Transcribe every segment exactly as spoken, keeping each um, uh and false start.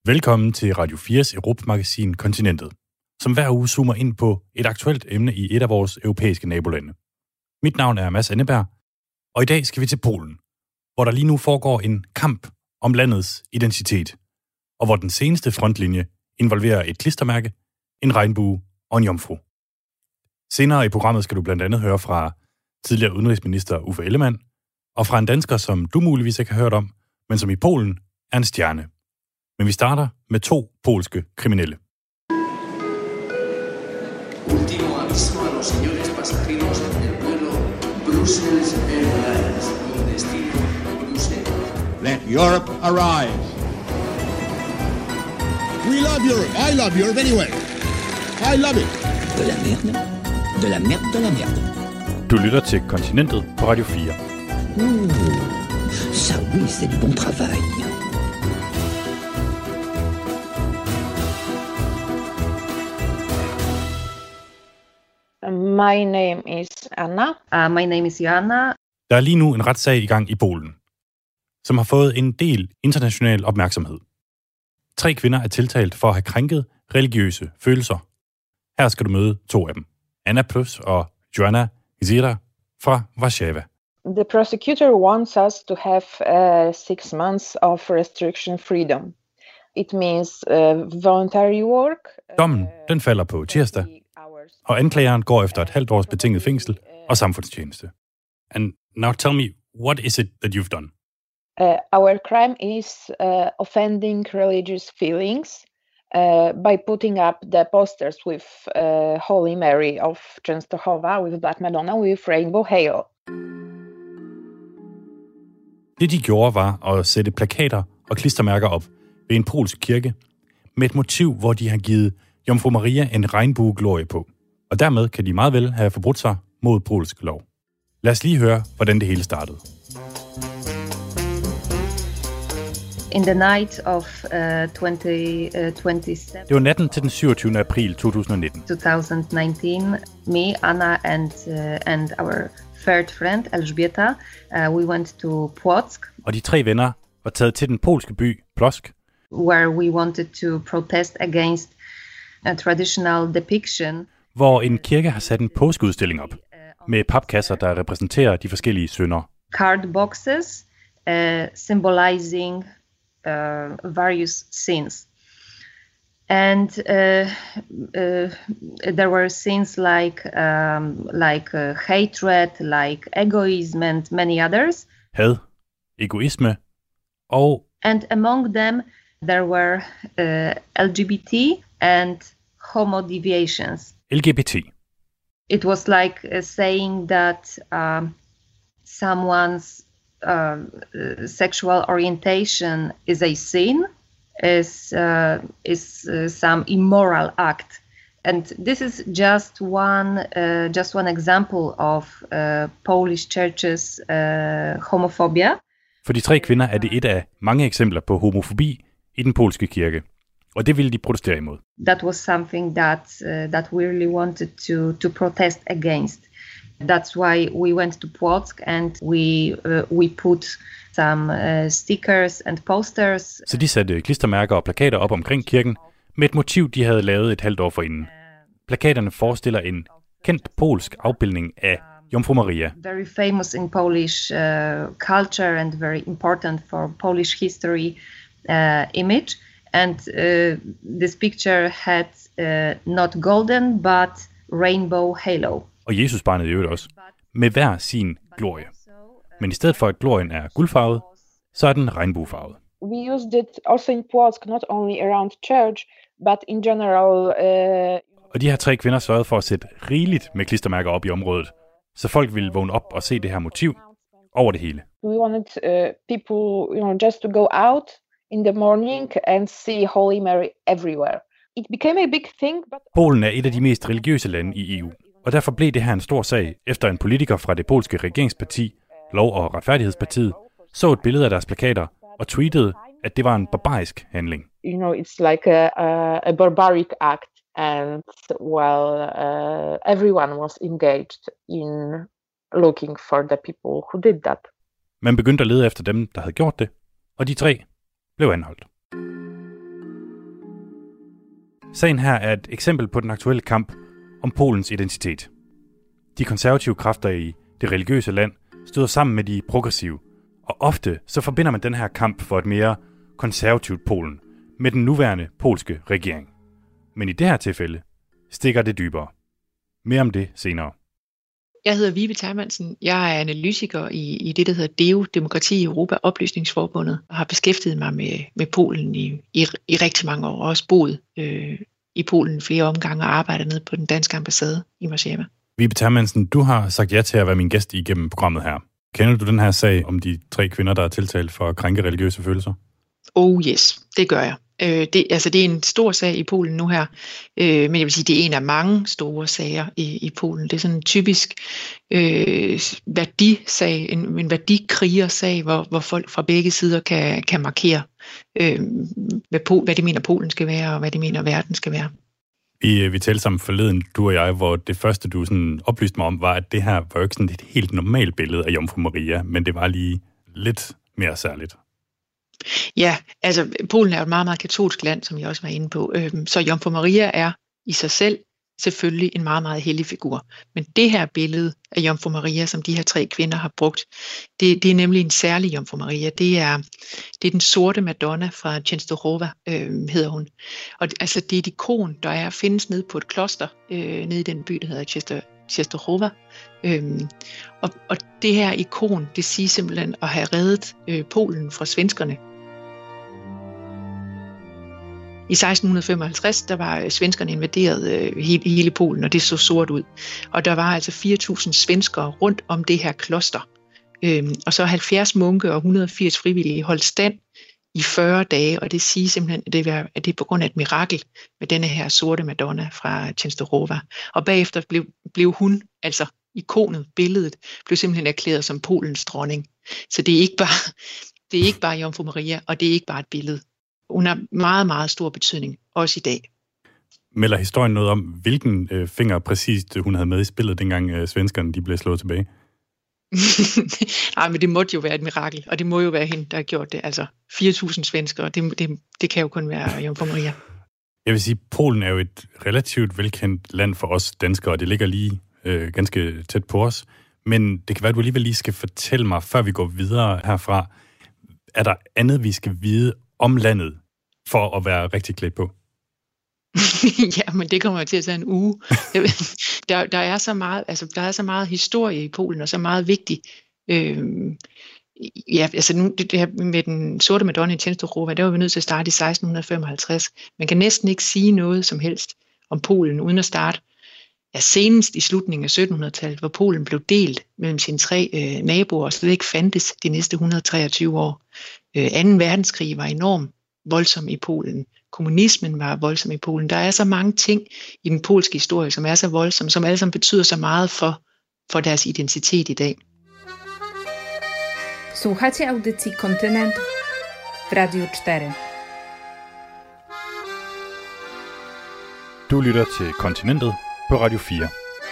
Velkommen til Radio fires Europa-magasin Kontinentet, som hver uge zoomer ind på et aktuelt emne i et af vores europæiske nabolande. Mit navn er Mads Anneberg, og i dag skal vi til Polen, hvor der lige nu foregår en kamp om landets identitet, og hvor den seneste frontlinje involverer et klistermærke, en regnbue og en jomfru. Senere i programmet skal du blandt andet høre fra tidligere udenrigsminister Uffe Ellemann, og fra en dansker, som du muligvis ikke har hørt om, men som i Polen er en stjerne. Men vi starter med to polske kriminelle. Último aviso a los señores pasajeros del vuelo Brussels Airlines con destino Bruselas. Let Europe arrive. We love Europe. I love Europe anyway. I love it. De la merde. De la merde, de la merde. Du lytter til Kontinentet på Radio fire. Mmh, ça oui, c'est du bon travail. My name is Anna. Uh, my name is Joanna. Der er lige nu en retssag i gang i Polen, som har fået en del international opmærksomhed. Tre kvinder er tiltalt for at have krænket religiøse følelser. Her skal du møde to af dem. Anna Plus og Joanna Zira fra Warszawa. The prosecutor wants us to have uh, six months of restriction freedom. It means uh, voluntary work. Dommen, den falder på tirsdag, og anklageren går efter et halvt års betinget fængsel og samfundstjeneste. And now tell me, what is it that you've done? Uh, our crime is uh, offending religious feelings uh, by putting up the posters with uh, Holy Mary of Częstochowa, with Black Madonna, with Rainbow Halo. Det de gjorde var at sætte plakater og klistermærker op ved en polsk kirke med et motiv, hvor de har givet Jomfru Maria en regnbueglorie på. Og dermed kan de meget vel have forbrudt sig mod polsk lov. Lad os lige høre, hvordan det hele startede. In the night of uh, twenty, uh, twenty-seven, Det var natten til den syvogtyvende april to tusind nitten. twenty nineteen, me, Anna, and uh, and our third friend, Elżbieta, uh, we went to Płock, Og de tre venner var taget til den polske by Płock, where we wanted to protest against a traditional depiction. hvor en kirke har sat en påskeudstilling op med papkasser, der repræsenterer de forskellige synder. Card boxes uh, symbolizing uh, various sins. And uh, uh, there were sins like um, like uh, hatred, like egoism, and many others. Had, egoisme og And among them, there were uh, L G B T and homo deviations. L G B T. It was like uh, saying that um, someone's uh, uh, sexual orientation is a sin, is uh, is uh, some immoral act, and this is just one uh, just one example of uh, Polish churches' uh, homophobia. For de tre kvinder er det et af mange eksempler på homofobi i den polske kirke, og det ville de protestere imod. That was something that uh, that we really wanted to to protest against. That's why we went to Płock and we uh, we put some uh, stickers and posters. Så de satte klistermærker og plakater op omkring kirken med et motiv, de havde lavet et halvt år forinden. Plakaterne forestiller en kendt polsk afbildning af Jomfru Maria. Very famous in Polish uh, culture and very important for Polish history uh, image. And uh, this picture had uh, not golden, but rainbow halo. Og Jesusbarnet i øvrigt også, med hver sin glorie. Men i stedet for at glorien er guldfarvet, så er den regnbuefarvet. We used it also in Płock, not only around church, but in general. Uh, Og de her tre kvinder sørgede for at sætte rigeligt med klistermærker op i området, så folk ville vågne op og se det her motiv over det hele. we wanted uh, people, you know, just to go out in the morning and see Holy Mary everywhere. It became a big thing, but Polen er et af de mest religiøse lande i E U, og derfor blev det her en stor sag, efter en politiker fra det polske regeringsparti, Lov- og Retfærdighedspartiet, så et billede af deres plakater og tweetede, at det var en barbarisk handling. you know, it's like a, a, a barbaric act, and well, uh, everyone was engaged in looking for the people who did that. Man begyndte at lede efter dem, der havde gjort det, og de tre blev anholdt. Sagen her er et eksempel på den aktuelle kamp om Polens identitet. De konservative kræfter i det religiøse land støder sammen med de progressive, og ofte så forbinder man den her kamp for et mere konservativt Polen med den nuværende polske regering. Men i det her tilfælde stikker det dybere. Mere om det senere. Jeg hedder Vibe Termansen. Jeg er analytiker i, i det, der hedder D E O, Demokrati i Europa, Oplysningsforbundet, og har beskæftiget mig med, med Polen i, i, i rigtig mange år, og også boet øh, i Polen flere omgange og arbejdet nede på den danske ambassade i Warszawa. Vibe Termansen, du har sagt ja til at være min gæst igennem programmet her. Kender du den her sag om de tre kvinder, der er tiltalt for at krænke religiøse følelser? Oh yes, det gør jeg. Øh, det, altså, det er en stor sag i Polen nu her, øh, men jeg vil sige, det er en af mange store sager i, i Polen. Det er sådan en typisk øh, værdisag, en, en værdikrigersag, hvor, hvor folk fra begge sider kan, kan markere, øh, hvad, hvad de mener Polen skal være, og hvad de mener verden skal være. Vi, vi talte sammen forleden, du og jeg, hvor det første, du sådan oplyste mig om, var, at det her var jo ikke sådan et helt normalt billede af Jomfru Maria, men det var lige lidt mere særligt. Ja, altså Polen er jo et meget, meget katolsk land, som jeg også var inde på. Så Jomfru Maria er i sig selv selvfølgelig en meget, meget hellig figur. Men det her billede af Jomfru Maria, som de her tre kvinder har brugt, det, det er nemlig en særlig Jomfru Maria. Det er, det er den sorte Madonna fra Częstochowa, øh, hedder hun. Og altså, det er et ikon, der er, findes nede på et kloster, øh, nede i den by, der hedder Częstochowa. Øhm, og, og det her ikon, det siger simpelthen at have reddet øh, Polen fra svenskerne. I seksten femoghalvtreds, der var svenskerne invaderet øh, hele, hele Polen, og det så sort ud. Og der var altså fire tusind svenskere rundt om det her kloster. Øhm, og så halvfjerds munke og et hundrede og firs frivillige holdt stand i fyrre dage, og det siger simpelthen, at det, var, at det er på grund af et mirakel med denne her sorte Madonna fra Częstochowa. Og bagefter blev, blev hun, altså ikonet, billedet, blev simpelthen erklæret som Polens dronning. Så det er ikke bare, det er ikke bare Jomfru Maria, og det er ikke bare et billede. Hun har meget, meget stor betydning, også i dag. Melder historien noget om, hvilken øh, finger præcist hun havde med i spillet, dengang øh, svenskerne de blev slået tilbage? Nej, men det måtte jo være et mirakel, og det må jo være hende, der har gjort det. Altså fire tusind svenskere, det, det, det kan jo kun være Jomfru Maria. Jeg vil sige, Polen er jo et relativt velkendt land for os danskere, og det ligger lige øh, ganske tæt på os. Men det kan være, at du alligevel lige skal fortælle mig, før vi går videre herfra, er der andet, vi skal vide om landet, for at være rigtig klædt på? Ja, men det kommer til at tage en uge. der, der, er så meget, altså, der er så meget historie i Polen, og så meget vigtigt. Øhm, ja, altså nu, det, det her med den sorte Madonna i Częstochowa, der var vi nødt til at starte i seksten femoghalvtreds. Man kan næsten ikke sige noget som helst om Polen, uden at starte ja, senest i slutningen af syttenhundredetallet, hvor Polen blev delt mellem sine tre øh, naboer, og slet ikke fandtes de næste et hundrede og treogtyve år. Øh, anden verdenskrig var enormt voldsom i Polen. Kommunismen var voldsom i Polen. Der er så mange ting i den polske historie, som er så voldsomme, som alle sammen betyder så meget for, for deres identitet i dag. Słuchacie audycji Kontynent w Radio cztery. Du lytter til Kontinentet på Radio fire.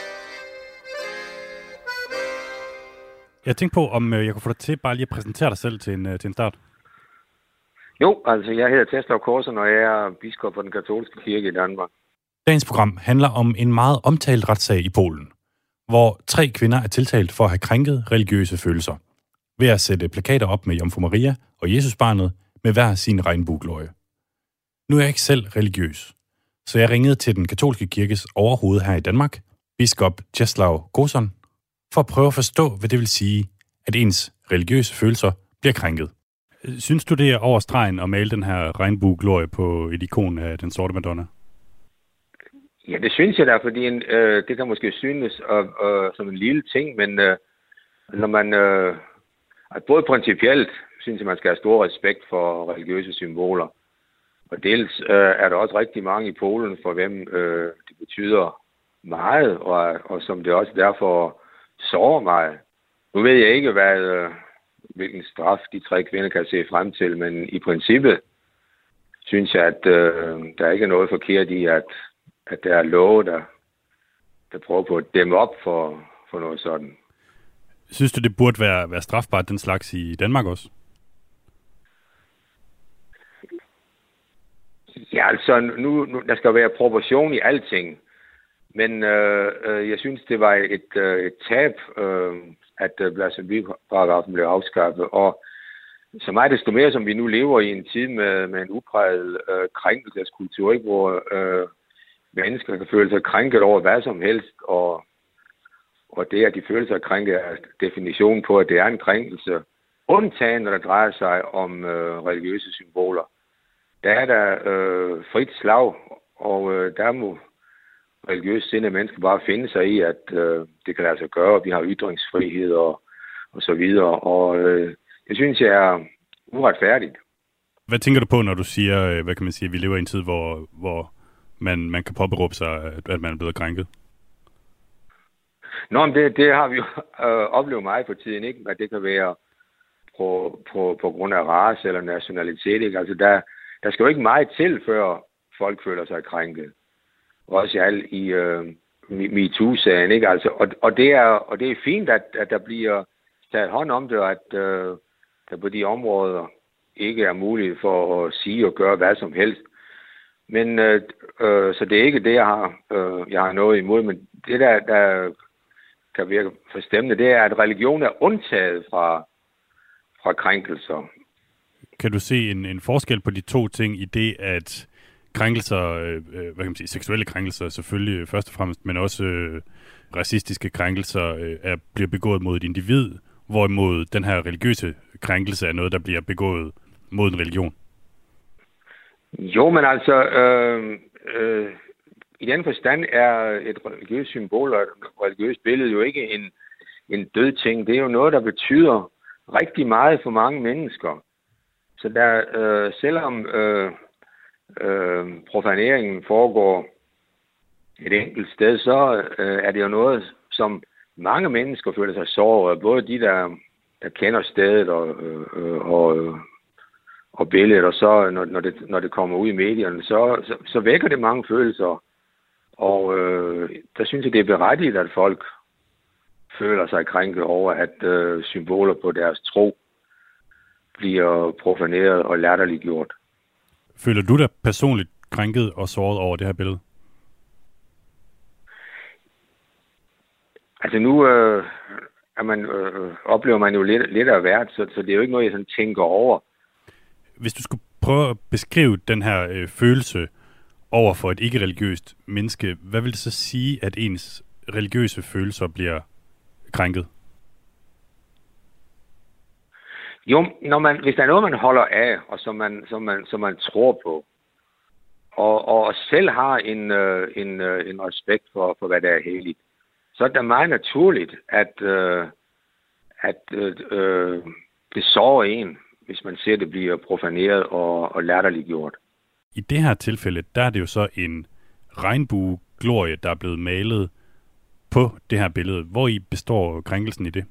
Jeg tænkte på, om jeg kunne få dig til bare lige at præsentere dig selv til en, til en start. Jo, altså jeg hedder Teslav Korsen, og jeg er biskop for den katolske kirke i Danmark. Dagens program handler om en meget omtalt retssag i Polen, hvor tre kvinder er tiltalt for at have krænket religiøse følelser, ved at sætte plakater op med Jomfru Maria og Jesusbarnet med hver sin regnbuegløje. Nu er jeg ikke selv religiøs, så jeg ringede til den katolske kirkes overhoved her i Danmark, biskop Teslav Korsen, for at prøve at forstå, hvad det vil sige, at ens religiøse følelser bliver krænket. Synes du, det er over stregen at male den her regnbueglorie på et ikon af den sorte Madonna? Ja, det synes jeg da, fordi øh, det kan måske synes øh, øh, som en lille ting, men øh, når man øh, både principielt synes jeg, man skal have stor respekt for religiøse symboler. Og dels øh, er der også rigtig mange i Polen, for hvem øh, det betyder meget, og, og som det også derfor sårer meget. Nu ved jeg ikke, hvad... Øh, hvilken straf de tre kvinder kan se frem til, men i princippet synes jeg, at øh, der ikke er noget forkert i, at, at der er love, der, der prøver på at dæmme op for, for noget sådan. Synes du, det burde være, være strafbart, den slags i Danmark også? Ja, altså, nu, nu der skal være proportion i alting. Men øh, øh, jeg synes, det var et, øh, et tab, øh, at øh, blasfemiparagrafen blev afskaffet. Og så meget desto mere, som vi nu lever i en tid med, med en upræget øh, krænkelseskultur, ikke, hvor øh, mennesker kan føle sig krænket over hvad som helst, og, og det, at de føler sig krænket, er definitionen på, at det er en krænkelse. Undtagen, når det drejer sig om øh, religiøse symboler. Der er der øh, frit slag, og øh, der må religiøst sindede mennesker bare finde sig i, at øh, det kan lade sig gøre, vi har ytringsfrihed og, og så videre. Og øh, det synes jeg er uretfærdigt. Hvad tænker du på, når du siger, hvad kan man sige, at vi lever i en tid, hvor, hvor man, man kan påberåbe sig, at, at man er blevet krænket? Nå, men det, det har vi jo øh, oplevet meget på tiden, ikke? At det kan være på, på, på grund af race eller nationalitet, ikke? Altså, der, der skal jo ikke meget til, før folk føler sig krænket. Også i al i øh, MeToo-sagen, ikke? Altså, og, og, det er, og det er fint, at, at der bliver taget hånd om det, og at øh, der på de områder ikke er muligt for at sige og gøre hvad som helst. Men øh, øh, så det er ikke det, jeg har, øh, jeg har noget imod, men det, der, der kan virke forstemmende, det er, at religion er undtaget fra, fra krænkelser. Kan du se en, en forskel på de to ting i det, at krænkelser, øh, hvad kan man sige, seksuelle krænkelser selvfølgelig først og fremmest, men også øh, racistiske krænkelser øh, er, bliver begået mod et individ, hvorimod den her religiøse krænkelse er noget, der bliver begået mod en religion? Jo, men altså, øh, øh, i den forstand er et religiøst symbol og et religiøst billede jo ikke en, en død ting. Det er jo noget, der betyder rigtig meget for mange mennesker. Så der, øh, selvom øh, øh, profaneringen foregår et enkelt sted, så øh, er det jo noget, som mange mennesker føler sig såret. Både de, der, der kender stedet og, øh, og, og billedet, og så når, når, det, når det kommer ud i medierne, så, så, så vækker det mange følelser. Og øh, der synes jeg, det er berettiget, at folk føler sig krænket over, at øh, symboler på deres tro bliver profaneret og latterliggjort. Føler du dig personligt krænket og såret over det her billede? Altså nu øh, er man, øh, oplever man jo lidt, lidt af hvert, så, så det er jo ikke noget, jeg sådan tænker over. Hvis du skulle prøve at beskrive den her øh, følelse over for et ikke-religiøst menneske, hvad vil det så sige, at ens religiøse følelser bliver krænket? Jo, når man, hvis der er noget, man holder af, og som man, som man, som man tror på, og, og selv har en, øh, en, øh, en respekt for, for, hvad der er helligt, så er det meget naturligt, at, øh, at øh, det sårer en, hvis man ser, det bliver profaneret og, og latterliggjort. I det her tilfælde, der er det jo så en regnbue-glorie, der er blevet malet på det her billede. Hvor i består krænkelsen i det?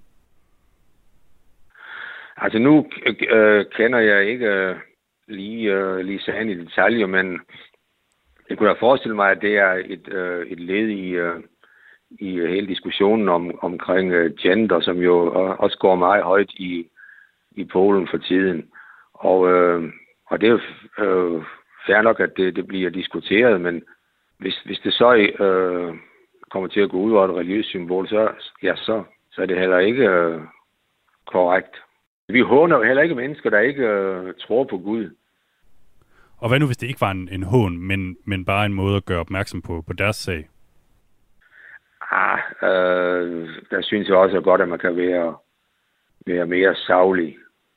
Altså nu øh, kender jeg ikke øh, lige, øh, lige sagen i detaljer, men jeg kunne da forestille mig, at det er et, øh, et led i, øh, i hele diskussionen om, omkring øh, gender, som jo også går meget højt i, i Polen for tiden. Og, øh, og det er jo øh, fair nok, at det, det bliver diskuteret, men hvis, hvis det så øh, kommer til at gå ud over et religiøst symbol, så, ja, så, så er det heller ikke øh, korrekt. Vi håner jo heller ikke mennesker, der ikke øh, tror på Gud. Og hvad nu, hvis det ikke var en, en hån, men, men bare en måde at gøre opmærksom på, på deres sag? Ah, øh, der synes jeg også godt, at man kan være, være mere saglig.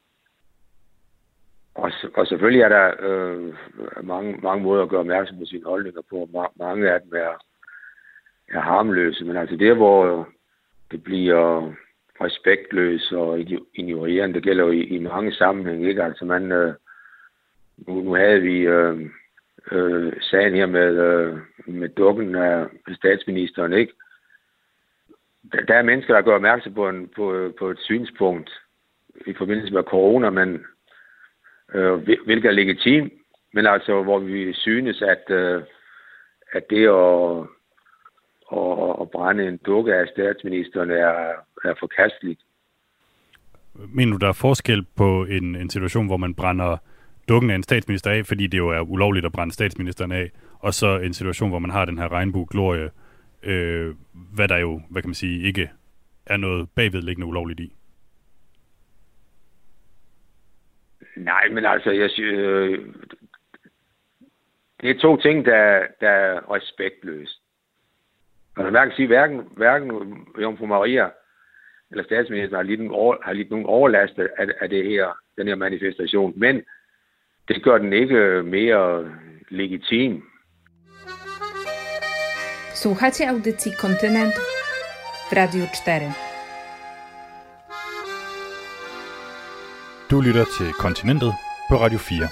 Og, og selvfølgelig er der øh, mange, mange måder at gøre opmærksom på sine holdninger på. Mange af dem er, er harmløse, men altså der, hvor det bliver respektløs og ignorerende, det gælder jo i, i mange sammenhænge, ikke? Altså man, øh, nu, nu havde vi øh, øh, sagen her med, øh, med dukken af statsministeren, ikke? Der, der er mennesker, der gør opmærksom på, en, på, på et synspunkt i forbindelse med corona, men øh, hvilket er legitimt, men altså hvor vi synes, at, øh, at det at Og, og brænde en dukke af statsministeren er, er forkasteligt. Mener du, der er forskel på en, en situation, hvor man brænder dukken af en statsminister af, fordi det jo er ulovligt at brænde statsministeren af, og så en situation, hvor man har den her regnbue-glorie, øh, hvad der jo, hvad kan man sige, ikke er noget bagvedliggende ulovligt i. Nej, men altså, jeg synes, øh, det er to ting, der, der er respektløst. Og man kan sige, hverken, hverken Jomfru Maria eller statsministeren har lidt nogen, over, har lidt nogen overlast af, af det her, den her manifestation, men det gør den ikke mere legitim. Słuchacie audycji Kontynent w Radio cztery. Du lytter til Kontinentet på Radio fire.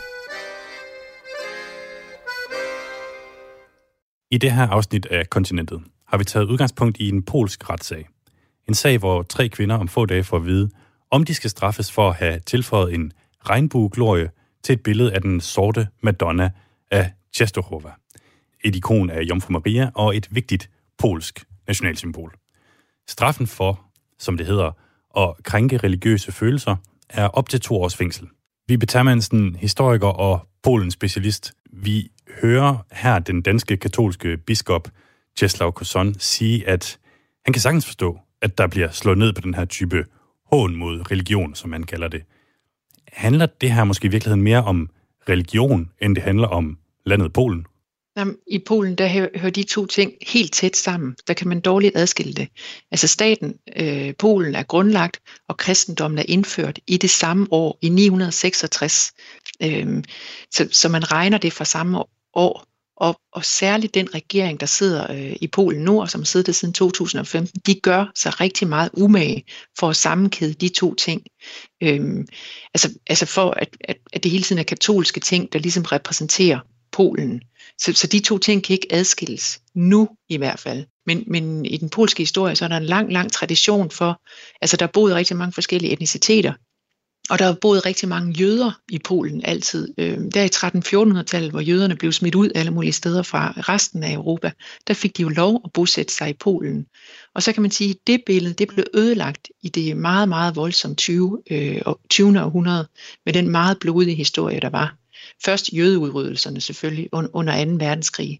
I det her afsnit af Kontinentet har vi taget udgangspunkt i en polsk retssag. En sag, hvor tre kvinder om få dage får at vide, om de skal straffes for at have tilføjet en regnbueglorie til et billede af den sorte Madonna af Częstochowa. Et ikon af Jomfru Maria og et vigtigt polsk nationalsymbol. Straffen for, som det hedder, at krænke religiøse følelser, er op til to års fængsel. Vibe Termansen, historiker og Polens specialist. Vi hører her den danske katolske biskop Czesław Kozon sige, at han kan sagtens forstå, at der bliver slået ned på den her type hån mod religion, som man kalder det. Handler det her måske i virkeligheden mere om religion, end det handler om landet Polen? Jamen, i Polen, der hører de to ting helt tæt sammen. Der kan man dårligt adskille det. Altså staten, øh, Polen er grundlagt, og kristendommen er indført i det samme år, i ni hundrede seksogtres. Øh, så, så man regner det fra samme år. Og, og særligt den regering, der sidder øh, i Polen nu, og som har siddet der siden to tusind og femten, de gør sig rigtig meget umage for at sammenkæde de to ting. Øhm, altså, altså for, at, at, at det hele tiden er katolske ting, der ligesom repræsenterer Polen. Så, så de to ting kan ikke adskilles, nu i hvert fald. Men, men i den polske historie, så er der en lang, lang tradition for, altså der er boet rigtig mange forskellige etniciteter, og der er boet rigtig mange jøder i Polen altid. Der i tretten-fjortenhundredetallet, hvor jøderne blev smidt ud alle mulige steder fra resten af Europa, der fik de jo lov at bosætte sig i Polen. Og så kan man sige, at det billede det blev ødelagt i det meget, meget voldsomme tyvende århundrede, med den meget blodige historie, der var. Først jødeudryddelserne selvfølgelig under anden verdenskrig,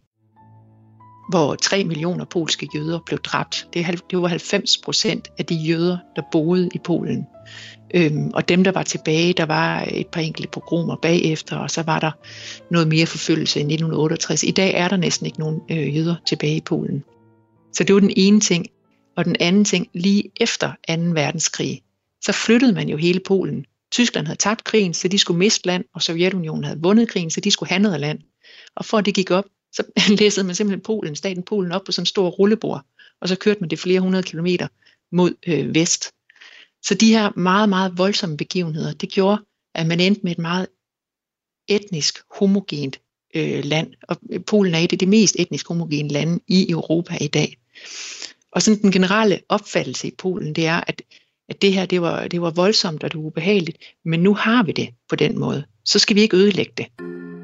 hvor tre millioner polske jøder blev dræbt. Det var halvfems procent af de jøder, der boede i Polen. Øhm, og dem, der var tilbage, der var et par enkelte pogromer bagefter, og så var der noget mere forfølgelse i nitten otteogtres. I dag er der næsten ikke nogen øh, jøder tilbage i Polen. Så det var den ene ting. Og den anden ting, lige efter anden verdenskrig, så flyttede man jo hele Polen. Tyskland havde tabt krigen, så de skulle miste land, og Sovjetunionen havde vundet krigen, så de skulle have noget land. Og for at det gik op, så læssede man simpelthen Polen, staten Polen op på sådan en stor rullebord, og så kørte man det flere hundrede kilometer mod øh, vest. Så de her meget, meget voldsomme begivenheder, det gjorde, at man endte med et meget etnisk homogent øh, land. Og Polen er et af de mest etnisk homogene lande i Europa i dag. Og sådan den generelle opfattelse i Polen, det er, at, at det her, det var, det var voldsomt og det var ubehageligt, men nu har vi det på den måde. Så skal vi ikke ødelægge det.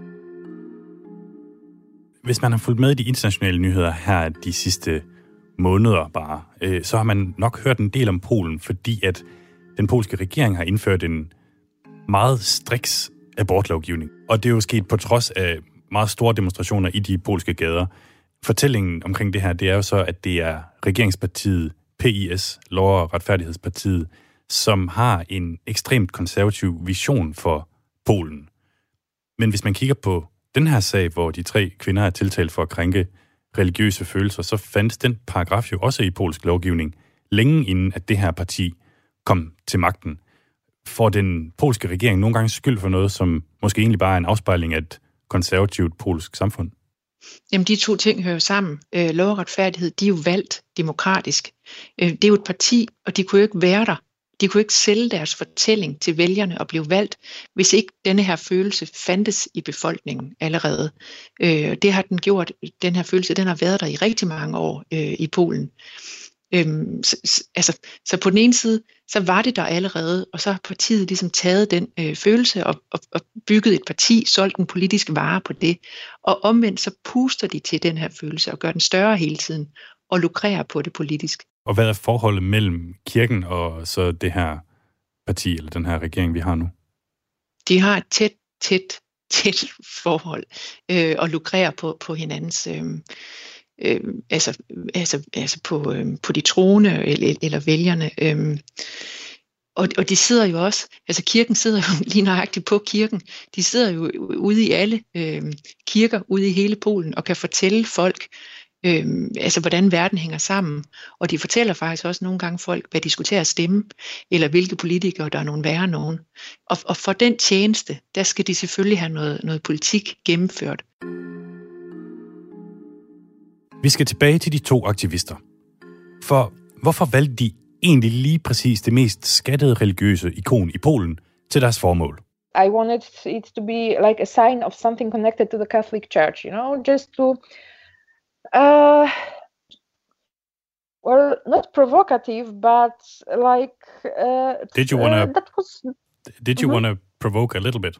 Hvis man har fulgt med i de internationale nyheder her de sidste måneder bare, øh, så har man nok hørt en del om Polen, fordi at den polske regering har indført en meget striks abortlovgivning. Og det er jo sket på trods af meget store demonstrationer i de polske gader. Fortællingen omkring det her, det er jo så, at det er regeringspartiet P I S, Lov- og Retfærdighedspartiet, som har en ekstremt konservativ vision for Polen. Men hvis man kigger på den her sag, hvor de tre kvinder er tiltalt for at krænke religiøse følelser, så fandtes den paragraf jo også i polsk lovgivning, længe inden at det her parti kom til magten. Får den polske regering nogle gange skyld for noget, som måske egentlig bare er en afspejling af et konservativt polsk samfund? Jamen, de to ting hører sammen. Øh, lov og retfærdighed, de er jo valgt demokratisk. Øh, det er jo et parti, og de kunne jo ikke være der. De kunne ikke sælge deres fortælling til vælgerne og blive valgt, hvis ikke denne her følelse fandtes i befolkningen allerede. Øh, det har den gjort, den her følelse, den har været der i rigtig mange år øh, i Polen. Øhm, så, altså, så på den ene side, så var det der allerede, og så har partiet ligesom taget den øh, følelse og, og, og bygget et parti, solgt en politisk vare på det, og omvendt så puster de til den her følelse og gør den større hele tiden, og lukrerer på det politisk. Og hvad er forholdet mellem kirken og så det her parti, eller den her regering, vi har nu? De har et tæt, tæt tæt forhold øh, og lukrerer på, på hinandens, øh, øh, altså, altså, altså på, øh, på de troende eller, eller vælgerne. Øh. Og, og de sidder jo også, altså kirken sidder jo lige nøjagtigt på kirken, de sidder jo ude i alle øh, kirker, ude i hele Polen, og kan fortælle folk, øh, altså hvordan verden hænger sammen. Og de fortæller faktisk også nogle gange folk, hvad de skulle til at stemme, eller hvilke politikere, der er nogen værre nogen. Og, og for den tjeneste, der skal de selvfølgelig have noget, noget politik gennemført. Vi skal tilbage til de to aktivister. For hvorfor valgte de egentlig lige præcis det mest skattede religiøse ikon i Polen til deres formål? I wanted it to be like a sign of something connected to the Catholic Church, you know, just to, uh, well, not provocative, but like. Uh, did you wanna? Uh, that was. Did you mm-hmm. wanna provoke a little bit?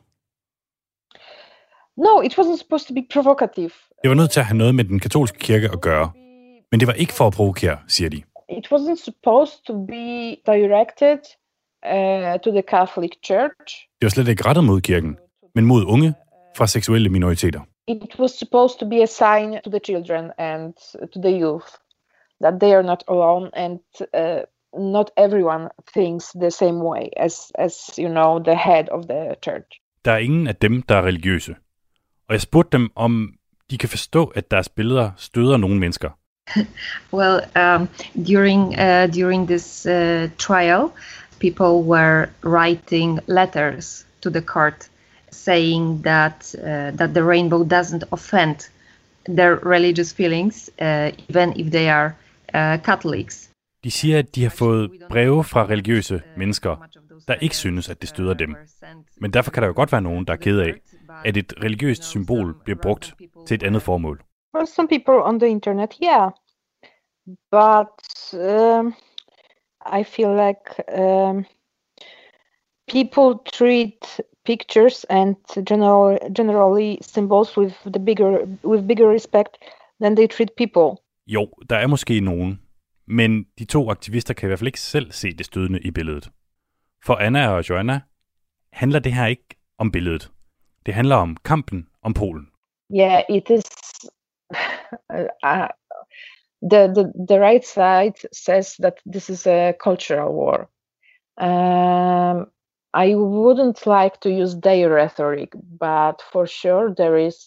No, it wasn't supposed to be provocative. Det var nødt til at have noget med den katolske kirke at gøre, men det var ikke for at provokere, siger de. It wasn't supposed to be directed uh, to the Catholic Church. Det var slet ikke rettet mod kirken, men mod unge fra seksuelle minoriteter. It was supposed to be a sign to the children and to the youth that they are not alone, and uh, not everyone thinks the same way as, as you know, the head of the church. Der er ingen af dem, der er religiøse. Og jeg spurgte dem, om de kan forstå, at deres billeder støder nogle mennesker. Well, um, during uh, during this uh, trial, people were writing letters to the court, saying that uh, that the rainbow doesn't offend their religious feelings, uh, even if they are uh, Catholics. De siger, at de har fået breve fra religiøse mennesker, der ikke synes, at det støder dem. Men derfor kan der jo godt være nogen, der er ked af, at et religiøst symbol bliver brugt til et andet formål. For some people on the internet, yeah, but um, I feel like um, people treat pictures and general, generally symbols with the bigger with bigger respect than they treat people. Jo, der er måske nogen, men de to aktivister kan i hvert fald ikke selv se det stødende i billedet. For Anna og Joanna handler det her ikke om billedet. Det handler om kampen om Polen. Yeah, it is. Uh, the, the the right side says that this is a cultural war. Um, I wouldn't like to use their rhetoric, but for sure there is.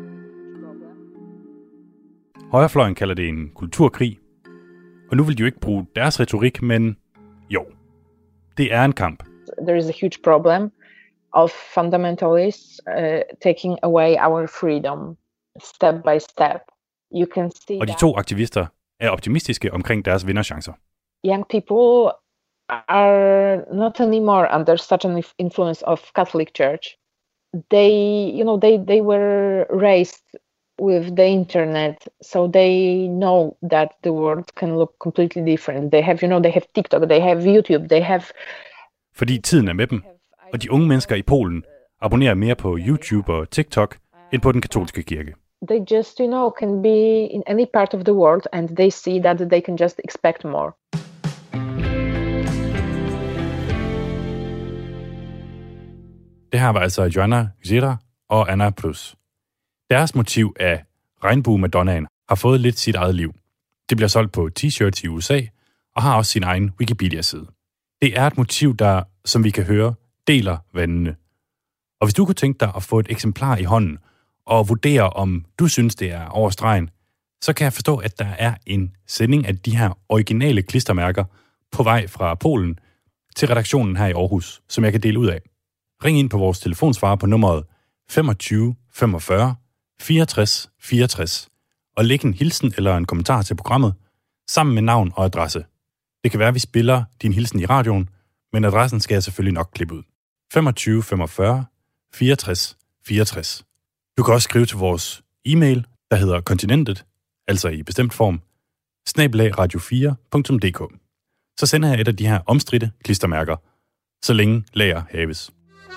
Højrefløjen kalder det en kulturkrig, og nu vil de jo ikke bruge deres retorik, men jo, det er en kamp. There is a huge problem of fundamentalists uh, taking away our freedom step by step. You can see. Og de to aktivister er optimistiske omkring deres vinderchancer. Young people are not anymore under such an influence of Catholic Church. They, you know, they they were raised with the internet, so they know that the world can look completely different. They have, you know, they have TikTok, they have YouTube, they have. Fordi tiden er med dem, og de unge mennesker i Polen abonnerer mere på YouTube og TikTok end på den katolske kirke. They just, you know, can be in any part of the world, and they see that they can just expect more. Det her var altså Joanna Gzira og Anna Plus. Deres motiv af regnbue-madonnaen har fået lidt sit eget liv. Det bliver solgt på t-shirts i U S A og har også sin egen Wikipedia-side. Det er et motiv, der, som vi kan høre, deler vandene. Og hvis du kunne tænke dig at få et eksemplar i hånden og vurdere, om du synes, det er over stregen, så kan jeg forstå, at der er en sending af de her originale klistermærker på vej fra Polen til redaktionen her i Aarhus, som jeg kan dele ud af. Ring ind på vores telefonsvarer på nummeret femogtyve femogfyrre fireogtres fireogtres og læg en hilsen eller en kommentar til programmet sammen med navn og adresse. Det kan være, at vi spiller din hilsen i radioen, men adressen skal jeg selvfølgelig nok klippe ud. femogtyve femogfyrre fireogtres fireogtres. Du kan også skrive til vores e-mail, der hedder kontinentet, altså i bestemt form, snabel-a radio fire punktum d k. Så sender jeg et af de her omstridte klistermærker, så længe lager haves.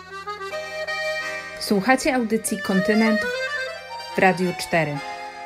Słuchacie audycji Kontynent w Radio cztery.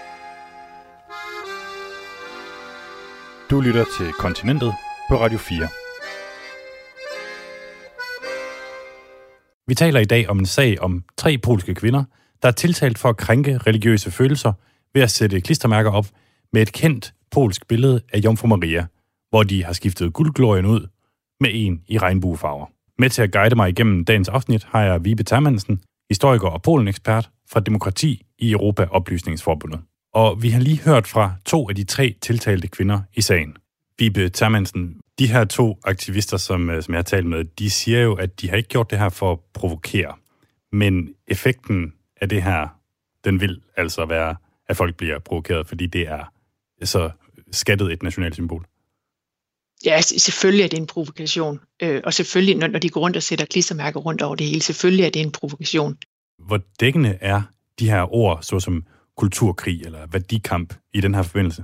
Du lytter til Kontinentet på Radio fire. Vi taler i dag om en sag om tre polske kvinder, der er tiltalt for at krænke religiøse følelser ved at sætte klistermærker op med et kendt polsk billede af Jomfru Maria, hvor de har skiftet guldglorien ud med en i regnbuefarver. Med til at guide mig igennem dagens afsnit har jeg Vibe Termansen, historiker og Polen-ekspert fra Demokrati i Europa-Oplysningsforbundet. Og vi har lige hørt fra to af de tre tiltalte kvinder i sagen. Vibe Termansen, de her to aktivister, som, som jeg har talt med, de siger jo, at de har ikke gjort det her for at provokere. Men effekten af det her, den vil altså være, at folk bliver provokeret, fordi det er så skattet et nationalt symbol. Ja, selvfølgelig er det en provokation. Øh, og selvfølgelig, når, når de går rundt og sætter klistermærker rundt over det hele, selvfølgelig er det en provokation. Hvor dækkende er de her ord, såsom kulturkrig eller værdikamp i den her forbindelse?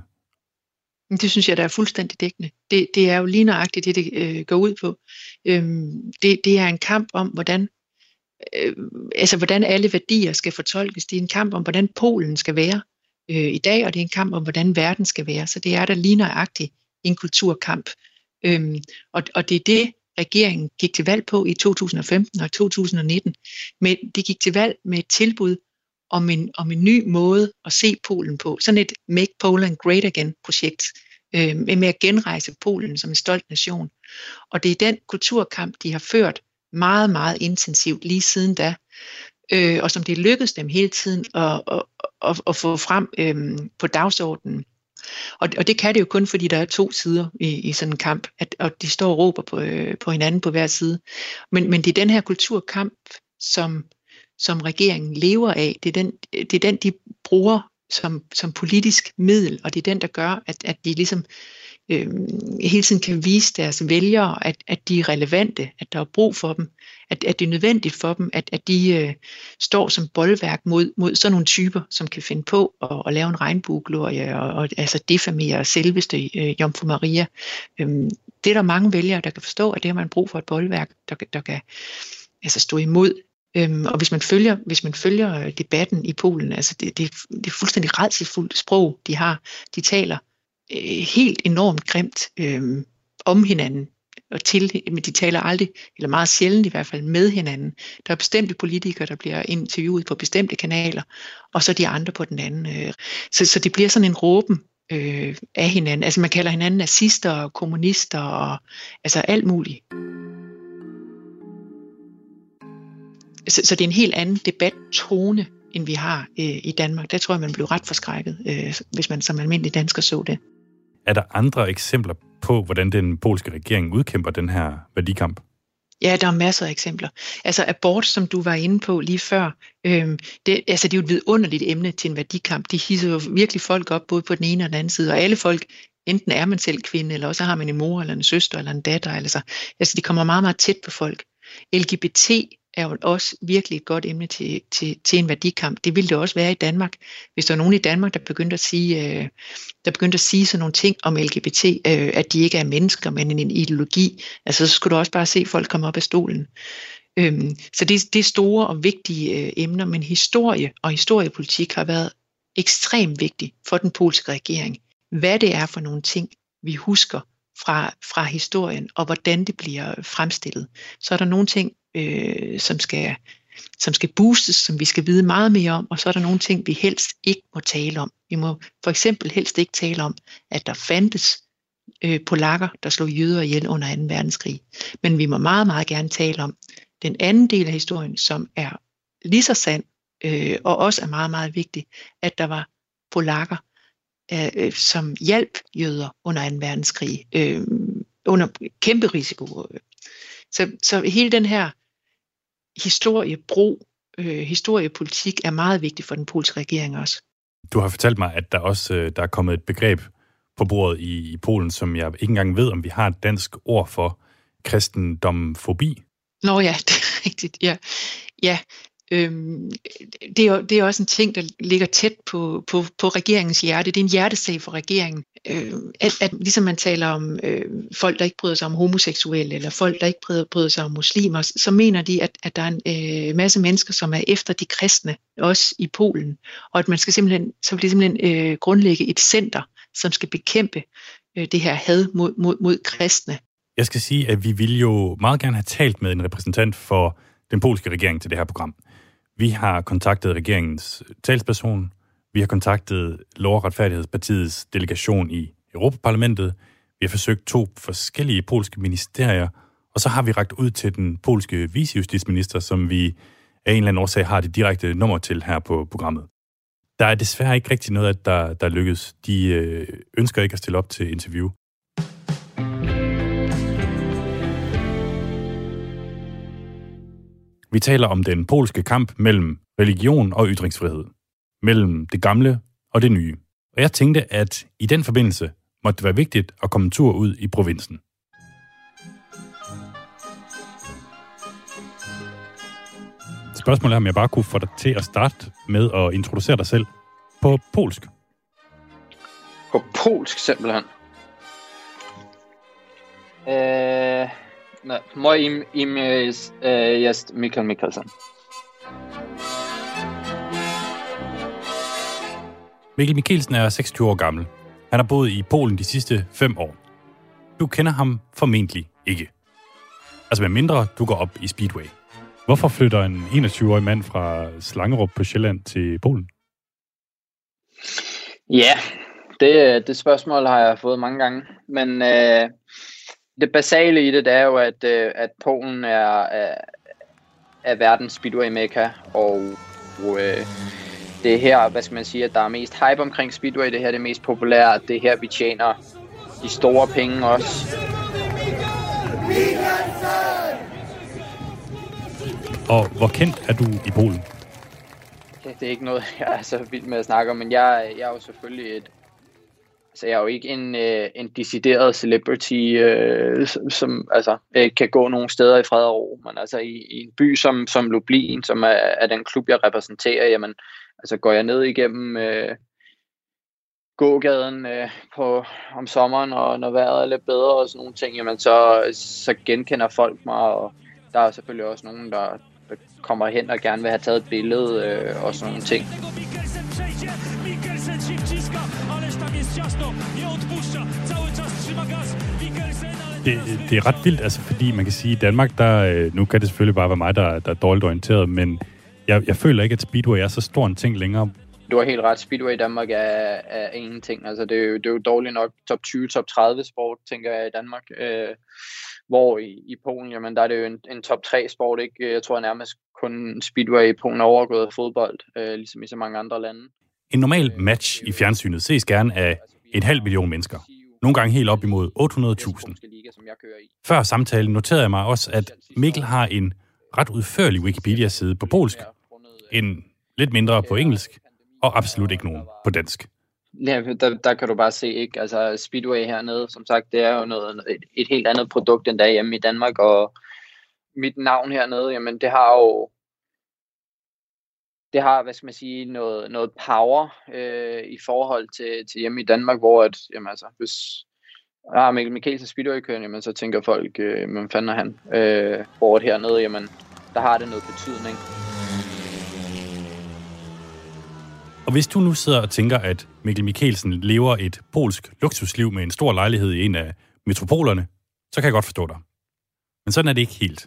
Det synes jeg, der er fuldstændig dækkende. Det, det er jo lige nøjagtigt det, det øh, går ud på. Øhm, det, det er en kamp om, hvordan, øh, altså, hvordan alle værdier skal fortolkes. Det er en kamp om, hvordan Polen skal være øh, i dag, og det er en kamp om, hvordan verden skal være. Så det er der lige nøjagtigt en kulturkamp. Øhm, og, og det er det, regeringen gik til valg på i to tusind og femten og to tusind og nitten. Men de gik til valg med et tilbud om en, om en ny måde at se Polen på. Sådan et Make Poland Great Again-projekt, øh, med at genrejse Polen som en stolt nation. Og det er den kulturkamp, de har ført meget, meget intensivt lige siden da, øh, og som det lykkedes dem hele tiden at, at, at, at få frem øh, på dagsordenen. Og, og det kan det jo kun, fordi der er to sider i, i sådan en kamp, at, og de står og råber på, øh, på hinanden på hver side. Men, men det er den her kulturkamp, som som regeringen lever af. Det er den, det er den de bruger som, som politisk middel, og det er den, der gør, at, at de ligesom øh, hele tiden kan vise deres vælgere, at, at de er relevante, at der er brug for dem, at, at det er nødvendigt for dem, at, at de øh, står som bolværk mod, mod sådan nogle typer, som kan finde på at, at lave en regnbueglorie og, og altså defamere selveste øh, Jomfru Maria. Øh, det er der mange vælgere, der kan forstå, at det har man brug for et bolværk, der, der kan altså stå imod. Øhm, og hvis man følger, hvis man følger debatten i Polen, altså det, det, det er fuldstændig rædselsfuldt sprog, de har. De taler øh, helt enormt grimt øh, om hinanden, og til, men de taler aldrig, eller meget sjældent i hvert fald, med hinanden. Der er bestemte politikere, der bliver interviewet på bestemte kanaler, og så de andre på den anden. Øh. Så, så det bliver sådan en råben øh, af hinanden. Altså man kalder hinanden nazister og kommunister, og altså alt muligt. Så, så det er en helt anden debattone, end vi har øh, i Danmark. Der tror jeg, man blev ret forskrækket, øh, hvis man som almindelig dansker så det. Er der andre eksempler på, hvordan den polske regering udkæmper den her værdikamp? Ja, der er masser af eksempler. Altså abort, som du var inde på lige før, øh, det, altså, det er jo et vidunderligt emne til en værdikamp. De hisser jo virkelig folk op, både på den ene og den anden side, og alle folk, enten er man selv kvinde, eller også har man en mor, eller en søster, eller en datter. Eller så. Altså, de kommer meget, meget tæt på folk. L G B T er jo også virkelig et godt emne til, til, til en værdikamp. Det ville det også være i Danmark. Hvis der er nogen i Danmark, der begyndte at sige, øh, der begyndte at sige sådan nogle ting om L G B T, øh, at de ikke er mennesker, men en ideologi, altså så skulle du også bare se folk komme op af stolen. Øhm, så det, det er store og vigtige øh, emner, men historie og historiepolitik har været ekstremt vigtigt for den polske regering. Hvad det er for nogle ting, vi husker fra, fra historien, og hvordan det bliver fremstillet. Så er der nogle ting, øh, som, skal, som skal boostes, som vi skal vide meget mere om, og så er der nogle ting, vi helst ikke må tale om. Vi må for eksempel helst ikke tale om, at der fandtes øh, polakker, der slog jøder ihjel under anden verdenskrig. Men vi må meget, meget gerne tale om den anden del af historien, som er lige så sand, øh, og også er meget, meget vigtig, at der var polakker, øh, som hjalp jøder under anden verdenskrig, øh, under kæmpe risiko. Så, så hele den her historiebro, øh, historiepolitik er meget vigtig for den polske regering også. Du har fortalt mig, at der også øh, der er kommet et begreb på bordet i, i Polen, som jeg ikke engang ved, om vi har et dansk ord for, kristendomfobi. Nå ja, det er rigtigt, ja. Ja, øhm, det, er, det er også en ting, der ligger tæt på, på, på regeringens hjerte. Det er en hjertesag for regeringen. Øh, at, at ligesom man taler om øh, folk, der ikke bryder sig om homoseksuelle, eller folk, der ikke bryder, bryder sig om muslimer, så mener de, at, at der er en øh, masse mennesker, som er efter de kristne, også i Polen. Og at man skal simpelthen, så vil det simpelthen øh, grundlægge et center, som skal bekæmpe øh, det her had mod, mod, mod kristne. Jeg skal sige, at vi ville jo meget gerne have talt med en repræsentant for den polske regering til det her program. Vi har kontaktet regeringens talsperson, vi har kontaktet Lov- og Retfærdighedspartiets delegation i Europaparlamentet, vi har forsøgt to forskellige polske ministerier, og så har vi rakt ud til den polske vicejustitsminister, som vi af en eller anden årsag har det direkte nummer til her på programmet. Der er desværre ikke rigtig noget, at der, der lykkes. De øh, ønsker ikke at stille op til interview. Vi taler om den polske kamp mellem religion og ytringsfrihed. Mellem det gamle og det nye. Og jeg tænkte, at i den forbindelse måtte det være vigtigt at komme en tur ud i provinsen. Spørgsmålet er, om jeg bare kunne få dig til at starte med at introducere dig selv på polsk. På polsk simpelthen? Øh, nej, moje imię jest Mikkel Mikkelsen. Mikkel Mikkelsen er seksogtyve år gammel. Han har boet i Polen de sidste fem år. Du kender ham formentlig ikke. Altså med mindre du går op i Speedway. Hvorfor flytter en enogtyve-årig mand fra Slangerup på Sjælland til Polen? Ja, det, det spørgsmål har jeg fået mange gange. Men øh, det basale i det, det er jo, at, øh, at Polen er, er, er verdens Speedway-mekka. Og øh, det er her, hvad skal man sige, at der er mest hype omkring Speedway. Det her er det mest populære. Det er her, vi tjener de store penge også. Og hvor kendt er du i Polen? Det, det er ikke noget, jeg er så vild med at snakke om, men jeg, jeg er jo selvfølgelig et... Altså, jeg er jo ikke en, øh, en decideret celebrity, øh, som altså, øh, kan gå nogle steder i fred og ro. Men altså, i, i en by som, som Lublin, som er, er den klub, jeg repræsenterer, jamen, altså, går jeg ned igennem øh, gågaden øh, på, om sommeren, og når vejret er lidt bedre og sådan nogle ting, jamen, så, så genkender folk mig, og der er selvfølgelig også nogen, der, der kommer hen og gerne vil have taget et billede øh, og sådan nogle ting. Det, det er ret vildt, altså, fordi man kan sige, at i Danmark, der, nu kan det selvfølgelig bare være mig, der, der er dårligt orienteret, men jeg, jeg føler ikke, at Speedway er så stor en ting længere. Du har helt ret. Speedway i Danmark er, er ingenting. Altså, det, er jo, det er jo dårligt nok top tyve, top tredive sport, tænker jeg, i Danmark. Øh, hvor i, i Polen, jamen, der er det jo en, en top tre sport, ikke? Jeg tror nærmest kun Speedway i Polen er overgået af fodbold, øh, ligesom i så mange andre lande. En normal match i fjernsynet ses gerne af en halv million mennesker. Nogle gange helt op imod otte hundrede tusind. Før samtalen noterede jeg mig også, at Mikkel har en ret udførlig Wikipedia-side på polsk, en lidt mindre på engelsk, og absolut ikke nogen på dansk. Ja, der, der kan du bare se, ikke? Altså Speedway hernede, som sagt, det er jo noget, et, et helt andet produkt end der hjemme i Danmark, og mit navn hernede, jamen det har jo, det har, hvad skal man sige, noget, noget power øh, i forhold til, til hjemme i Danmark, hvor at, jamen altså, hvis jeg har Mikkel Mikkelsen Speedway-køren, jamen så tænker folk, øh, men fanden er han? Øh, hvor hernede, jamen, der har det noget betydning. Og hvis du nu sidder og tænker, at Mikkel Mikkelsen lever et polsk luksusliv med en stor lejlighed i en af metropolerne, så kan jeg godt forstå dig. Men sådan er det ikke helt.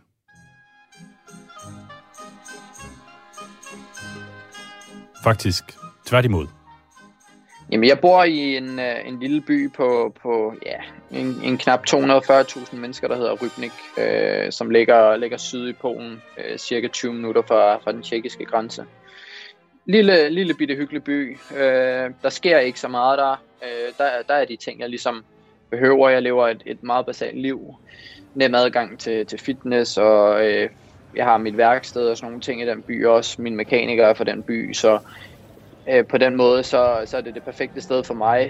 Faktisk tværtimod. Jamen, jeg bor i en, en lille by på, på ja, en, en knap to hundrede og fyrre tusind mennesker, der hedder Rybnik, øh, som ligger, ligger syd i Polen, øh, cirka tyve minutter fra, fra den tjekkiske grænse. Lille, lille bitte hyggelig by. Øh, der sker ikke så meget der. Øh, der. Der er de ting, jeg ligesom behøver. Jeg lever et, et meget basalt liv. Nem adgang til, til fitness, og øh, jeg har mit værksted og sådan nogle ting i den by også. Min mekaniker er fra den by, så øh, på den måde, så, så er det det perfekte sted for mig.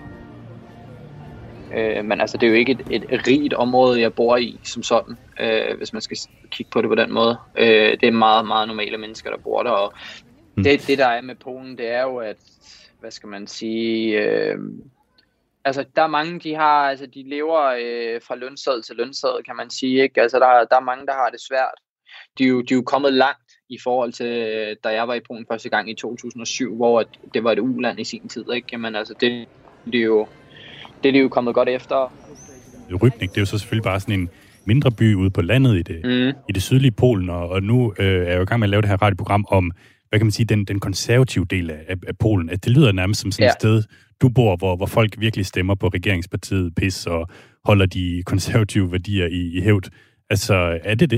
Øh, men altså, det er jo ikke et, et rigt område, jeg bor i som sådan, øh, hvis man skal kigge på det på den måde. Øh, det er meget, meget normale mennesker, der bor der, og Det, det der er med Polen, det er jo, at, hvad skal man sige, øh, altså der er mange, de har, altså de lever øh, fra lønseddel til lønseddel, kan man sige, ikke? Altså der, der er mange, der har det svært. De er jo, de er jo kommet langt i forhold til, da jeg var i Polen første gang i to tusind og syv, hvor det var et uland i sin tid, ikke? Jamen altså, det, det er jo, det er de jo kommet godt efter. Rybnik, det er jo så selvfølgelig bare sådan en, mindre by ude på landet i det, mm. i det sydlige Polen, og, og nu øh, er jeg jo i gang med at lave det her radioprogram om, hvad kan man sige, den, den konservative del af, af Polen. At det lyder nærmest som sådan ja. et sted, du bor, hvor, hvor folk virkelig stemmer på regeringspartiet P I S og holder de konservative værdier i, i hævd. Altså, er det det?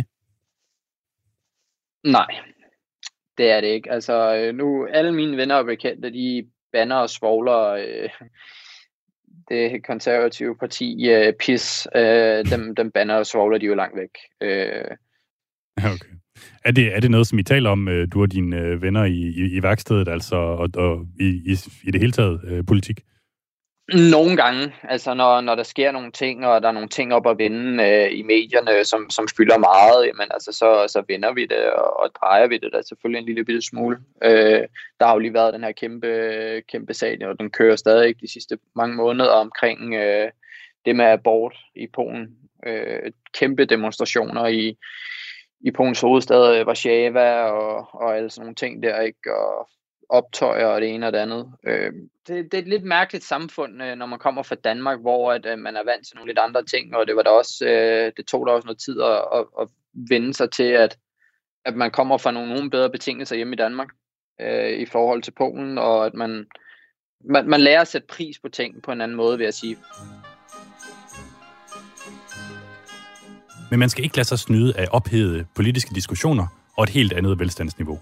Nej, det er det ikke. Altså, nu alle mine venner og bekendte, de banner og svogler øh, det konservative parti øh, P I S. Øh, dem, dem banner og svogler de jo langt væk. Øh. Okay. Er det, er det noget, som I taler om, du og dine venner i, i, i værkstedet, altså, og, og i, i, i det hele taget øh, politik? Nogle gange, altså når, når der sker nogle ting, og der er nogle ting op at vinde øh, i medierne, som, som fylder meget, jamen, altså, så, så vender vi det og, og drejer vi det der selvfølgelig en lille bitte smule. Øh, der har jo lige været den her kæmpe, kæmpe sag, og den kører stadig de sidste mange måneder omkring øh, det med abort i Polen. Øh, kæmpe demonstrationer i, i Polens hovedstad Warszawa og, og alle sådan nogle ting der, ikke? Og optøjer og det ene og det andet. Øh, det, det er et lidt mærkeligt samfund, øh, når man kommer fra Danmark, hvor at, øh, man er vant til nogle lidt andre ting, og det var da også, øh, det tog da også noget tid at, at, at vende sig til, at, at man kommer fra nogle, nogle bedre betingelser hjemme i Danmark øh, i forhold til Polen, og at man, man, man lærer at sætte pris på ting på en anden måde, vil jeg sige. Men man skal ikke lade sig snyde af ophedede politiske diskussioner og et helt andet velstandsniveau.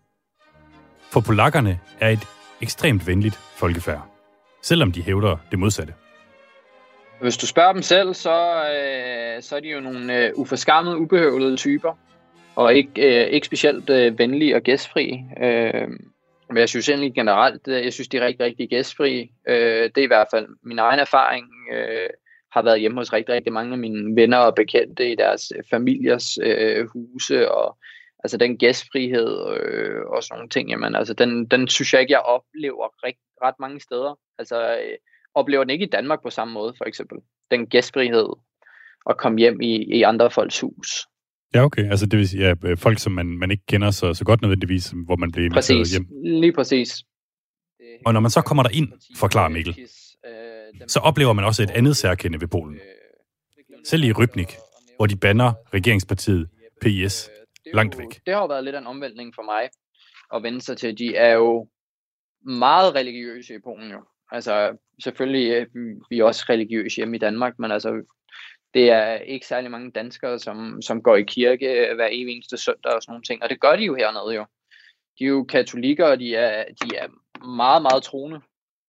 For polakkerne er et ekstremt venligt folkefærd, selvom de hævder det modsatte. Hvis du spørger dem selv, så, øh, så er de jo nogle øh, uforskammede, ubehøvlede typer, og ikke, øh, ikke specielt øh, venlige og gæstfri. Øh, men jeg synes egentlig generelt, jeg synes, de er rigtig, rigtig gæstfri. Øh, det er i hvert fald min egen erfaring. Øh, har været hjemme hos rigtig, rigtig mange af mine venner og bekendte i deres familiers øh, huse, og altså den gæstfrihed øh, og sådan nogle ting, jamen altså den, den synes jeg ikke, jeg oplever ret, ret mange steder. Altså øh, oplever den ikke i Danmark på samme måde, for eksempel. Den gæstfrihed at komme hjem i, i andre folks hus. Ja, okay. Altså det vil sige, ja, folk, som man, man ikke kender så, så godt nødvendigvis, hvor man bliver inviteret hjem. Lige præcis. Og når man så kommer der ind, forklarer Mikkel, så oplever man også et andet særkende ved Polen. Selv i Rybnik, hvor de banner regeringspartiet P I S langt væk. Det har jo været lidt en omvæltning for mig at vende sig til. De er jo meget religiøse i Polen jo. Altså selvfølgelig, vi er også religiøse hjemme i Danmark, men altså det er ikke særlig mange danskere, som, som går i kirke hver evig eneste søndag og sådan nogle ting. Og det gør de jo hernede jo. De er jo katolikker, og de er, de er meget, meget troende.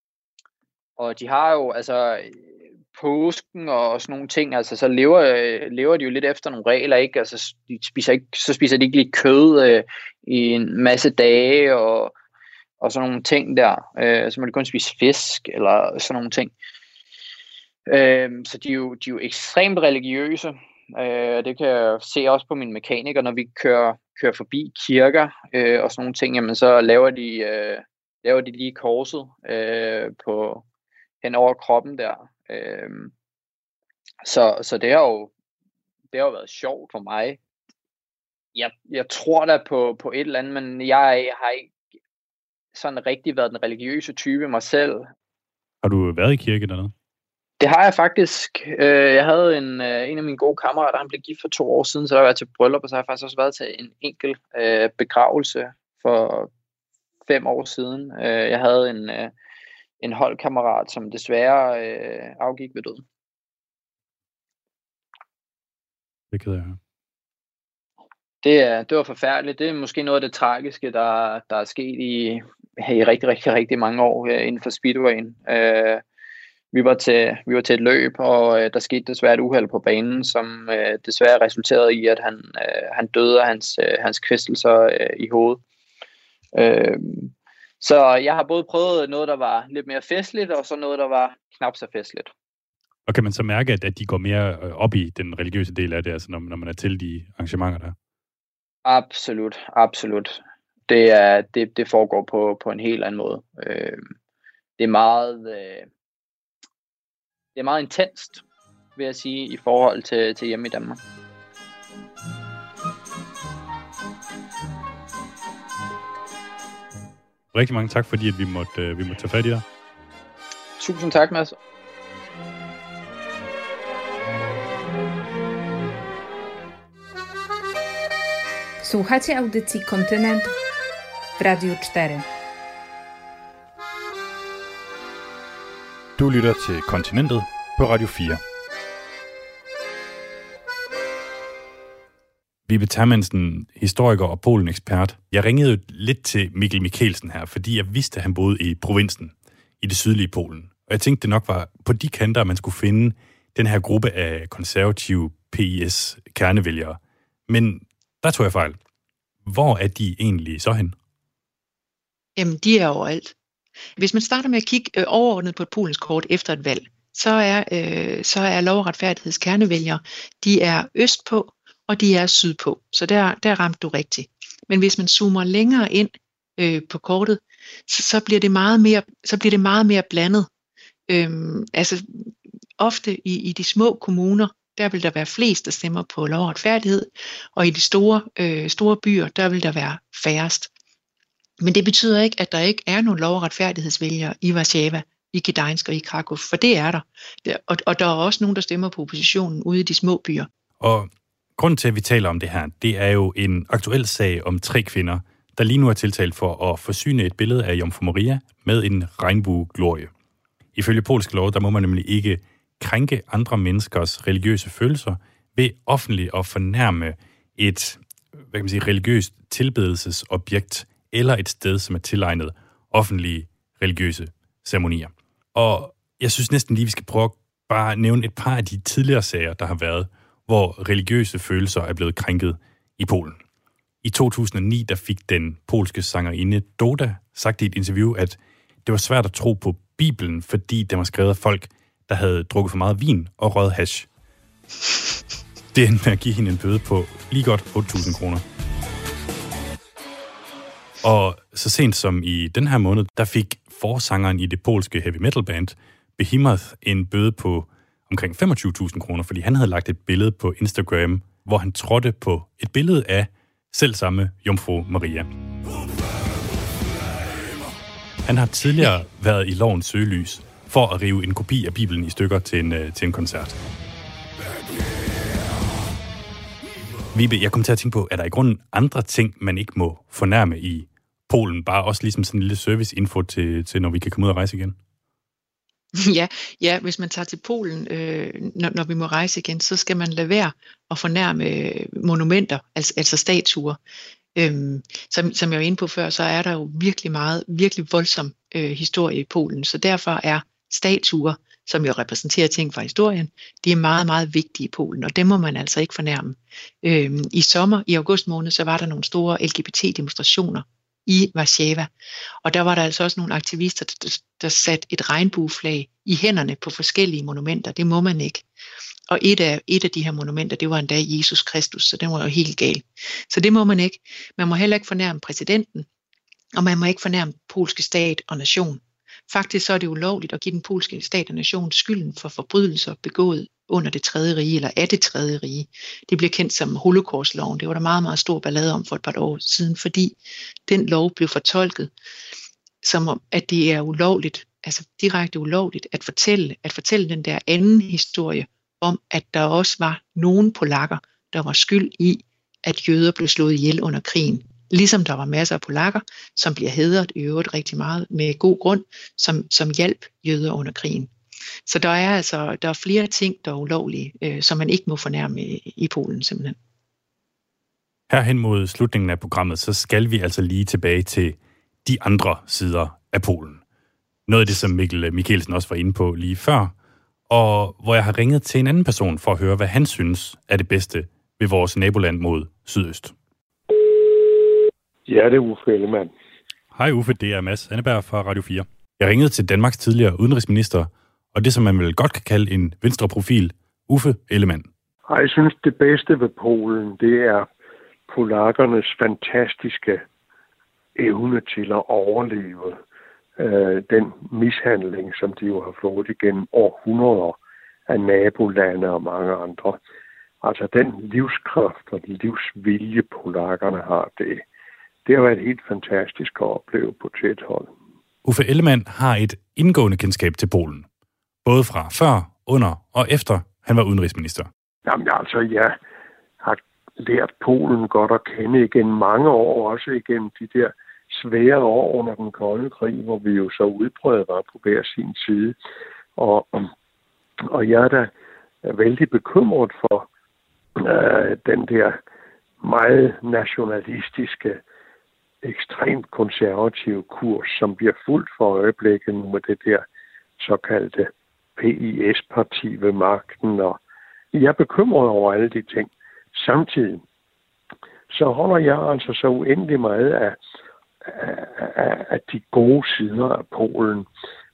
Og de har jo altså påsken og sådan nogle ting, altså så lever, lever de jo lidt efter nogle regler, ikke? Altså de spiser ikke, så spiser de ikke lige kød øh, i en masse dage og, og sådan nogle ting der. Øh, så må de kun spise fisk eller sådan nogle ting. Øh, så de er, jo, de er jo ekstremt religiøse. Øh, det kan jeg se også på mine mekanikere, når vi kører, kører forbi kirker øh, og sådan nogle ting, jamen så laver de, øh, laver de lige korset øh, på hen over kroppen der. Øhm, så, så det har jo det har jo været sjovt for mig. Jeg, jeg tror da på, på et eller andet, men jeg har ikke sådan rigtig været den religiøse type mig selv. Har du været i kirke dernede? Det har jeg faktisk. Øh, jeg havde en, øh, en af mine gode kammerater, han blev gift for to år siden, så der har jeg været til bryllup, og så har jeg faktisk også været til en enkelt øh, begravelse for fem år siden. Øh, jeg havde en øh, en holdkammerat, som desværre øh, afgik ved døden. Det kan jeg høre. Det, er, det var forfærdeligt. Det er måske noget af det tragiske, der, der er sket i, i rigtig, rigtig, rigtig mange år øh, inden for Speedwayen. Øh, vi, var til, vi var til et løb, og øh, der skete desværre et uheld på banen, som øh, desværre resulterede i, at han, øh, han døde af hans, øh, hans kvæstelser øh, i hovedet. Øh, Så jeg har både prøvet noget, der var lidt mere festligt, og så noget, der var knap så festligt. Og kan man så mærke, at de går mere op i den religiøse del af det, altså når, når man er til de arrangementer der? Absolut, absolut. Det, er, det, det foregår på, på en helt anden måde. Øh, det er meget, øh, det er meget intenst, vil jeg sige, i forhold til, til hjemme i Danmark. Rigtig mange tak, fordi at vi måtte, øh, vi måtte tage fat i dig. Tusind tak, Mads. Słuchacie audycji Kontynent w Radiu cztery. Du lytter til Kontinentet på Radio fire. Vibe Termansen, historiker og Polen-ekspert. Jeg ringede jo lidt til Mikkel Mikkelsen her, fordi jeg vidste, at han boede i provinsen, i det sydlige Polen. Og jeg tænkte, det nok var på de kanter, man skulle finde den her gruppe af konservative P I S-kernevælgere. Men der tog jeg fejl. Hvor er de egentlig så hen? Jamen, de er overalt. Hvis man starter med at kigge øh, overordnet på et polens kort efter et valg, så er, øh, så er Lov- og Retfærdigheds kernevælgere, de er østpå, og de er sydpå. Så der, der ramte du rigtigt. Men hvis man zoomer længere ind øh, på kortet, så, så, bliver det meget mere, så bliver det meget mere blandet. Øhm, altså ofte i, i de små kommuner, der vil der være flest, der stemmer på Lov- og Retfærdighed, og i de store, øh, store byer, der vil der være færrest. Men det betyder ikke, at der ikke er nogen Lov- og Retfærdighedsvælgere i Warszawa, i Gdańsk og i Krakow, for det er der. Og, og der er også nogen, der stemmer på oppositionen ude i de små byer. Og grunden til, at vi taler om det her, det er jo en aktuel sag om tre kvinder, der lige nu er tiltalt for at forsyne et billede af Jomfru Maria med en regnbueglorie. Ifølge polsk lov, der må man nemlig ikke krænke andre menneskers religiøse følelser ved offentligt at fornærme et hvad kan man sige, religiøst tilbedelsesobjekt eller et sted, som er tilegnet offentlige religiøse ceremonier. Og jeg synes næsten lige, vi skal prøve at bare nævne et par af de tidligere sager, der har været, hvor religiøse følelser er blevet krænket i Polen. I to tusind og ni, der fik den polske sangerinde Doda sagt i et interview, at det var svært at tro på Bibelen, fordi den var skrevet af folk, der havde drukket for meget vin og røget hash. Det endte med at give hende en bøde på lige godt otte tusind kroner. Og så sent som i den her måned, der fik forsangeren i det polske heavy metal band Behemoth en bøde på omkring femogtyve tusind kroner, fordi han havde lagt et billede på Instagram, hvor han trådte på et billede af selv samme Jomfru Maria. Han har tidligere været i lovens søgelys for at rive en kopi af Bibelen i stykker til en, til en koncert. Vibe, jeg kom til at tænke på, er der i grunden andre ting, man ikke må fornærme i Polen? Bare også ligesom sådan en lille service-info til, til, når vi kan komme ud og rejse igen? Ja, ja, hvis man tager til Polen, øh, når, når vi må rejse igen, så skal man lade være at fornærme monumenter, altså, altså statuer. Øhm, som, som jeg var inde på før, så er der jo virkelig meget, virkelig voldsom øh, historie i Polen, så derfor er statuer, som jo repræsenterer ting fra historien, de er meget, meget vigtige i Polen, og dem må man altså ikke fornærme. Øhm, I sommer, i august måned, så var der nogle store L G B T-demonstrationer i Warszawa, og der var der altså også nogle aktivister, der, der satte et regnbueflag i hænderne på forskellige monumenter. Det må man ikke. Og et af, et af de her monumenter, det var endda Jesus Kristus, så den var jo helt gal. Så det må man ikke. Man må heller ikke fornærme præsidenten, og man må ikke fornærme polske stat og nation. Faktisk så er det ulovligt at give den polske stat og nation skylden for forbrydelser begået under det tredje rige, eller af det tredje rige. Det bliver kendt som Holocaustloven. Det var der meget, meget stor ballade om for et par år siden, fordi den lov blev fortolket som om, at det er ulovligt, altså direkte ulovligt, at fortælle, at fortælle den der anden historie om, at der også var nogen polakker, der var skyld i, at jøder blev slået ihjel under krigen. Ligesom der var masser af polakker, som bliver hædret i øvrigt rigtig meget med god grund, som, som hjalp jøder under krigen. Så der er altså der er flere ting, der er ulovlige, øh, som man ikke må fornærme i, i Polen simpelthen. Herhen mod slutningen af programmet, så skal vi altså lige tilbage til de andre sider af Polen. Noget af det, som Mikkel Mikkelsen også var inde på lige før, og hvor jeg har ringet til en anden person for at høre, hvad han synes er det bedste ved vores naboland mod sydøst. Ja, det er Uffe Ellemann. Hej Uffe, det er Mads Anneberg fra Radio fire. Jeg ringede til Danmarks tidligere udenrigsminister, og det som man vel godt kan kalde en venstreprofil, Uffe Ellemann. Jeg synes, det bedste ved Polen, det er polakkernes fantastiske evne til at overleve øh, den mishandling, som de jo har fået igennem århundreder af nabolande og mange andre. Altså den livskraft og den livsvilje, polakkerne har, det, det har været helt fantastisk at opleve på tæt hold. Uffe Ellemann har et indgående kendskab til Polen, både fra før, under og efter han var udenrigsminister. Jamen altså, jeg har lært Polen godt at kende igennem mange år, også igennem de der svære år under den kolde krig, hvor vi jo så udbrød var på hver sin side. Og, og jeg er da vældig bekymret for øh, den der meget nationalistiske, ekstremt konservative kurs, som bliver fuldt for øjeblikket med det der såkaldte P I S-parti ved magten. Og jeg er bekymret over alle de ting. Samtidig så holder jeg altså så uendelig meget af, af, af de gode sider af Polen.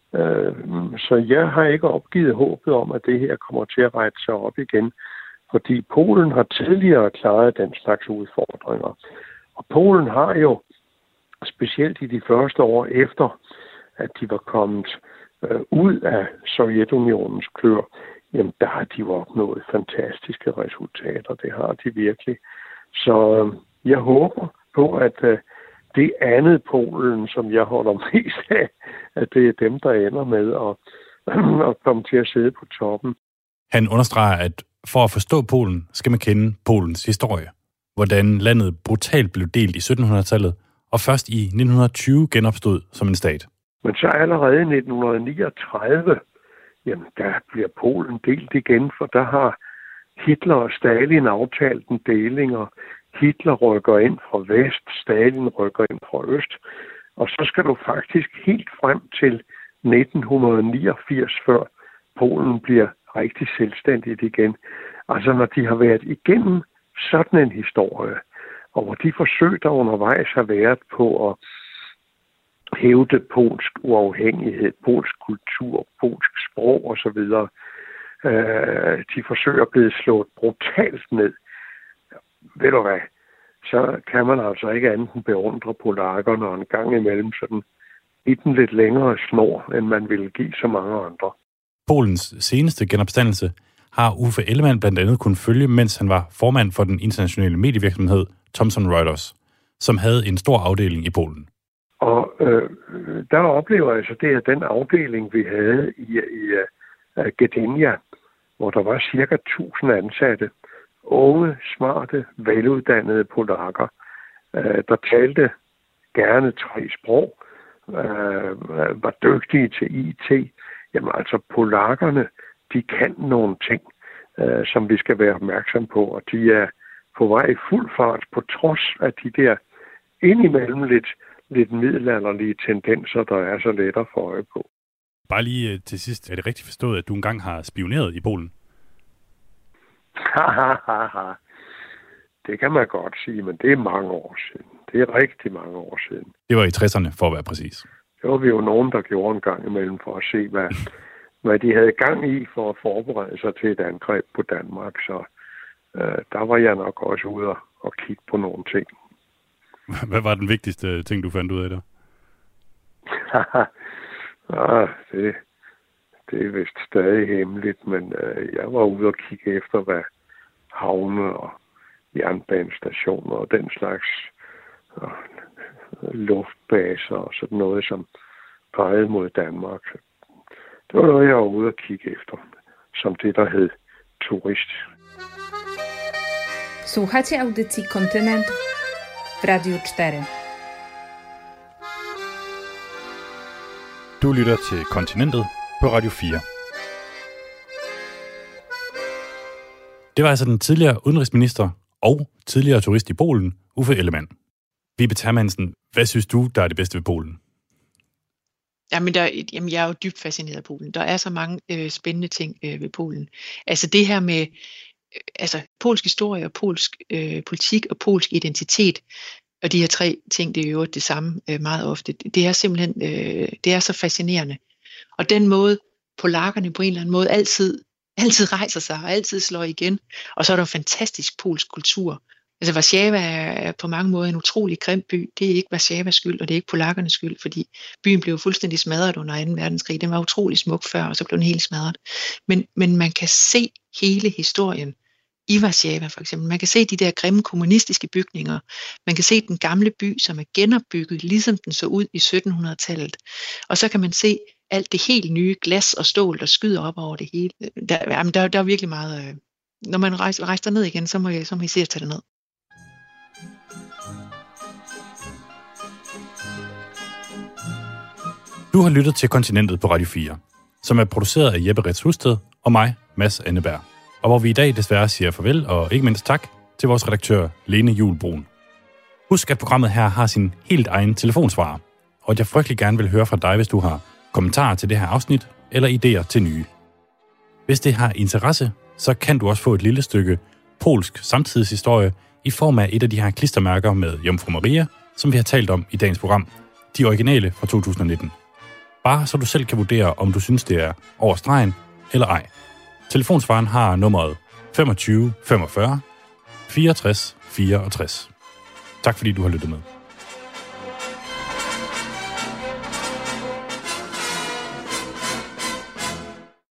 Så jeg har ikke opgivet håbet om, at det her kommer til at rette sig op igen. Fordi Polen har tidligere klaret den slags udfordringer. Og Polen har jo, specielt i de første år efter, at de var kommet øh, ud af Sovjetunionens klør, jamen der har de jo opnået fantastiske resultater. Det har de virkelig. Så øh, jeg håber på, at øh, det andet Polen, som jeg holder mest af, at det er dem, der ender med at, at komme til at sidde på toppen. Han understreger, at for at forstå Polen, skal man kende Polens historie. Hvordan landet brutalt blev delt i syttenhundredetallet, og først i nitten tyve genopstod som en stat. Men så allerede i nitten niogtredive, jamen der bliver Polen delt igen, for der har Hitler og Stalin aftalt en deling, og Hitler rykker ind fra vest, Stalin rykker ind fra øst, og så skal du faktisk helt frem til nitten niogfirs, før Polen bliver rigtig selvstændigt igen. Altså når de har været igennem sådan en historie, og hvor de forsøg, der undervejs har været på at hævde polsk uafhængighed, polsk kultur, polsk sprog osv., øh, de forsøger er blevet slået brutalt ned. Ved du hvad, så kan man altså ikke andet end beundre polakkerne og en gang imellem sådan i den lidt længere snor, end man ville give så mange andre. Polens seneste genopstandelse har Uffe Ellemann blandt andet kunne følge, mens han var formand for den internationale medievirksomhed Thomson Reuters, som havde en stor afdeling i Polen. Og øh, der oplever jeg så, det er den afdeling, vi havde i, i uh, Gdynia, hvor der var cirka tusind ansatte, unge, smarte, veluddannede polakker, øh, der talte gerne tre sprog, øh, var dygtige til I T. Jamen altså, polakkerne, de kan nogle ting, øh, som vi skal være opmærksom på, og de er på vej i fuld fart, på trods af de der indimellem lidt, lidt middelalderlige tendenser, der er så let at få øje på. Bare lige til sidst, er det rigtigt forstået, at du engang har spioneret i Polen? Hahaha. Det kan man godt sige, men det er mange år siden. Det er rigtig mange år siden. Det var i tresserne, for at være præcis. Det var vi jo nogen, der gjorde en gang imellem for at se, hvad, hvad de havde gang i for at forberede sig til et angreb på Danmark. Så øh, der var jeg nok også ude og, og kigge på nogle ting. Hvad var den vigtigste ting, du fandt ud af der? ah, det, det er vist stadig hemmeligt, men øh, jeg var ude og kigge efter, hvad havne og jernbanestationer og den slags og luftbaser og sådan noget, som pegede mod Danmark. Det var noget, jeg var ude og kigge efter, som det, der hed turist. Słuchacie audycji Kontynent w Radiu cztery. Du lytter til Kontinentet på Radio fire. Det var altså den tidligere udenrigsminister og tidligere turist i Polen, Uffe Ellemann. Vibeke Termansen, hvad synes du, der er det bedste ved Polen? Jamen, der, jamen, jeg er jo dybt fascineret af Polen. Der er så mange øh, spændende ting øh, ved Polen. Altså det her med øh, altså, polsk historie og polsk øh, politik og polsk identitet, og de her tre ting, det er jo det samme øh, meget ofte. Det er simpelthen øh, det er så fascinerende. Og den måde, polakkerne på en eller anden måde altid, altid rejser sig og altid slår igen. Og så er der jo fantastisk polsk kultur. Altså Warszawa er på mange måder en utrolig grim by. Det er ikke Warszawas skyld, og det er ikke polakkernes skyld, fordi byen blev fuldstændig smadret under anden verdenskrig. Den var utrolig smuk før, og så blev den helt smadret. Men, men man kan se hele historien i Warszawa for eksempel. Man kan se de der grimme kommunistiske bygninger. Man kan se den gamle by, som er genopbygget, ligesom den så ud i syttenhundredetallet. Og så kan man se alt det helt nye glas og stål, der skyder op over det hele. Der, jamen, der, der er virkelig meget, når man rejser, rejser ned igen, så må jeg, så må I se at tage det ned. Du har lyttet til Kontinentet på Radio fire, som er produceret af Jeppe Retz Husted og mig, Mads Anneberg, og hvor vi i dag desværre siger farvel og ikke mindst tak til vores redaktør Lene Juhl Brun. Husk, at programmet her har sin helt egen telefonsvarer, og at jeg frygtelig gerne vil høre fra dig, hvis du har kommentarer til det her afsnit eller idéer til nye. Hvis det har interesse, så kan du også få et lille stykke polsk samtidshistorie i form af et af de her klistermærker med Jomfru Maria, som vi har talt om i dagens program, de originale fra to tusind nitten. Bare så du selv kan vurdere, om du synes, det er over stregen eller ej. Telefonsvaren har nummeret femogtyve femogfyrre fireogtres fireogtres. Tak fordi du har lyttet med.